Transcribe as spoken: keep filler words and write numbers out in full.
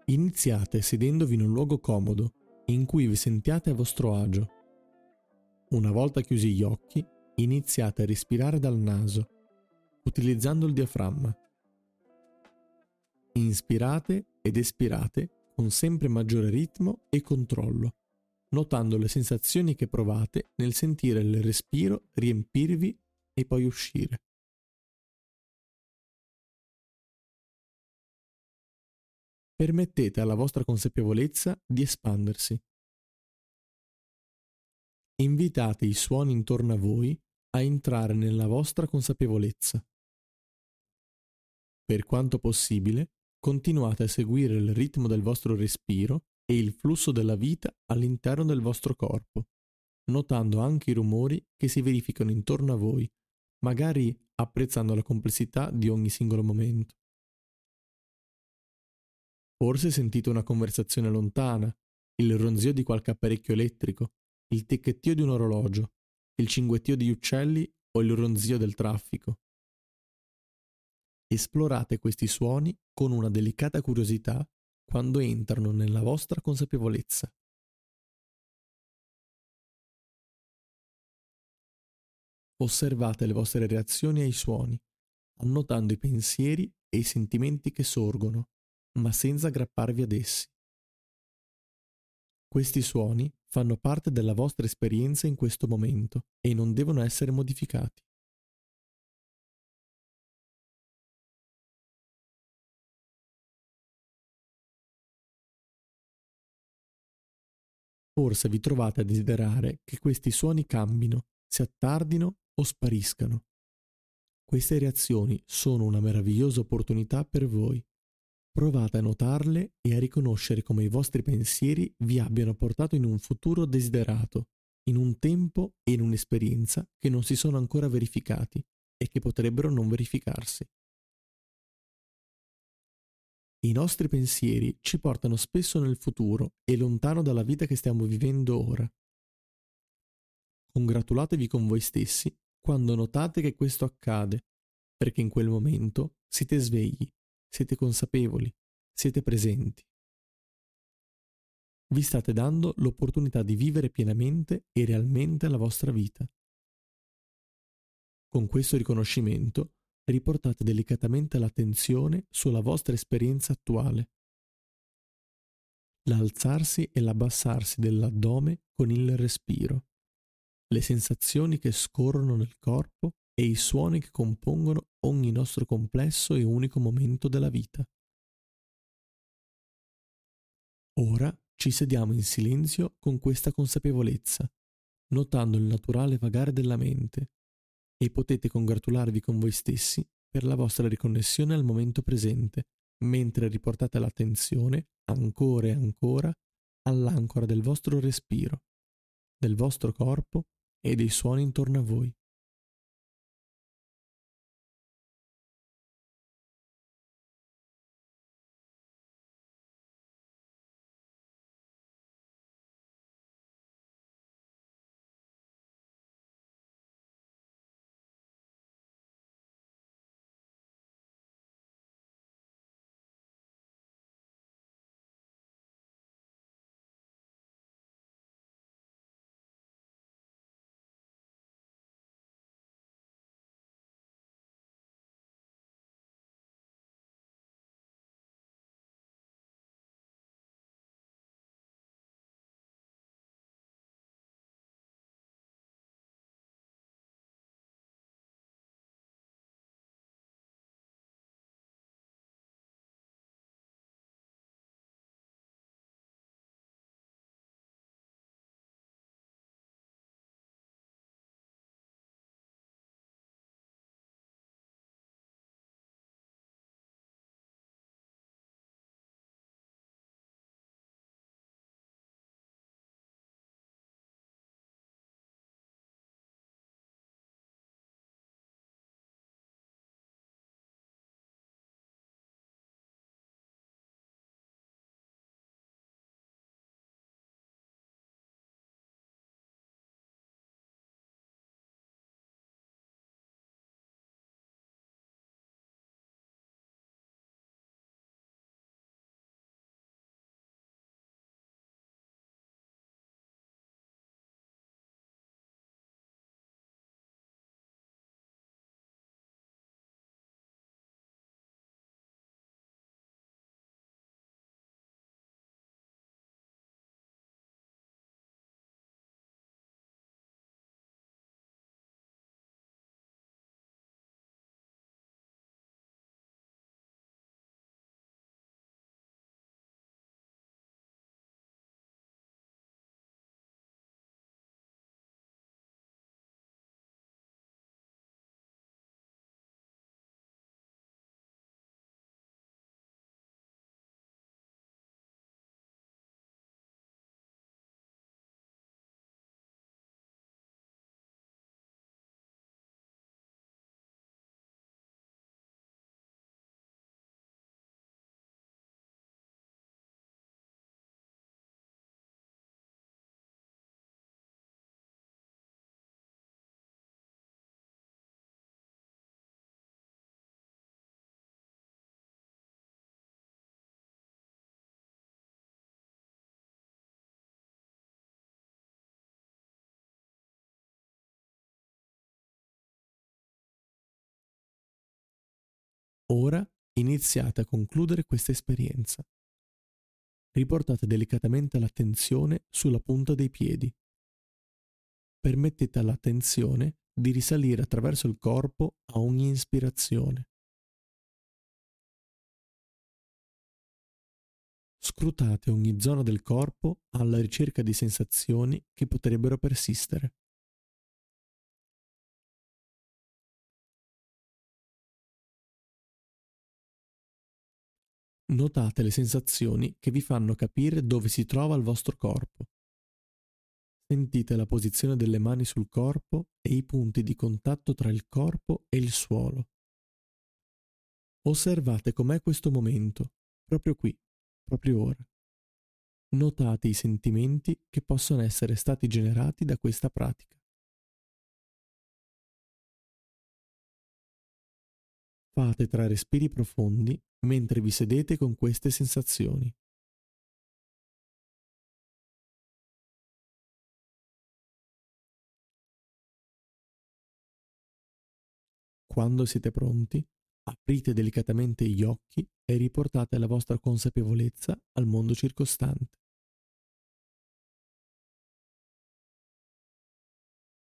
Iniziate sedendovi in un luogo comodo in cui vi sentiate a vostro agio. Una volta chiusi gli occhi, iniziate a respirare dal naso, utilizzando il diaframma. Inspirate ed espirate con sempre maggiore ritmo e controllo, notando le sensazioni che provate nel sentire il respiro riempirvi e poi uscire. Permettete alla vostra consapevolezza di espandersi. Invitate i suoni intorno a voi a entrare nella vostra consapevolezza. Per quanto possibile, continuate a seguire il ritmo del vostro respiro e il flusso della vita all'interno del vostro corpo, notando anche i rumori che si verificano intorno a voi, magari apprezzando la complessità di ogni singolo momento. Forse sentite una conversazione lontana, il ronzio di qualche apparecchio elettrico, il ticchettio di un orologio, il cinguettio di uccelli o il ronzio del traffico. Esplorate questi suoni con una delicata curiosità quando entrano nella vostra consapevolezza. Osservate le vostre reazioni ai suoni, annotando i pensieri e i sentimenti che sorgono, ma senza aggrapparvi ad essi. Questi suoni fanno parte della vostra esperienza in questo momento e non devono essere modificati. Forse vi trovate a desiderare che questi suoni cambino, si attardino o spariscano. Queste reazioni sono una meravigliosa opportunità per voi. Provate a notarle e a riconoscere come i vostri pensieri vi abbiano portato in un futuro desiderato, in un tempo e in un'esperienza che non si sono ancora verificati e che potrebbero non verificarsi. I nostri pensieri ci portano spesso nel futuro e lontano dalla vita che stiamo vivendo ora. Congratulatevi con voi stessi quando notate che questo accade, perché in quel momento siete svegli, siete consapevoli, siete presenti. Vi state dando l'opportunità di vivere pienamente e realmente la vostra vita. Con questo riconoscimento riportate delicatamente l'attenzione sulla vostra esperienza attuale. L'alzarsi e l'abbassarsi dell'addome con il respiro, le sensazioni che scorrono nel corpo e i suoni che compongono ogni nostro complesso e unico momento della vita. Ora ci sediamo in silenzio con questa consapevolezza, notando il naturale vagare della mente, e potete congratularvi con voi stessi per la vostra riconnessione al momento presente, mentre riportate l'attenzione ancora e ancora all'ancora del vostro respiro, del vostro corpo e dei suoni intorno a voi. Ora iniziate a concludere questa esperienza. Riportate delicatamente l'attenzione sulla punta dei piedi. Permettete all'attenzione di risalire attraverso il corpo a ogni ispirazione. Scrutate ogni zona del corpo alla ricerca di sensazioni che potrebbero persistere. Notate le sensazioni che vi fanno capire dove si trova il vostro corpo. Sentite la posizione delle mani sul corpo e i punti di contatto tra il corpo e il suolo. Osservate com'è questo momento, proprio qui, proprio ora. Notate i sentimenti che possono essere stati generati da questa pratica. Fate tre respiri profondi mentre vi sedete con queste sensazioni. Quando siete pronti, aprite delicatamente gli occhi e riportate la vostra consapevolezza al mondo circostante.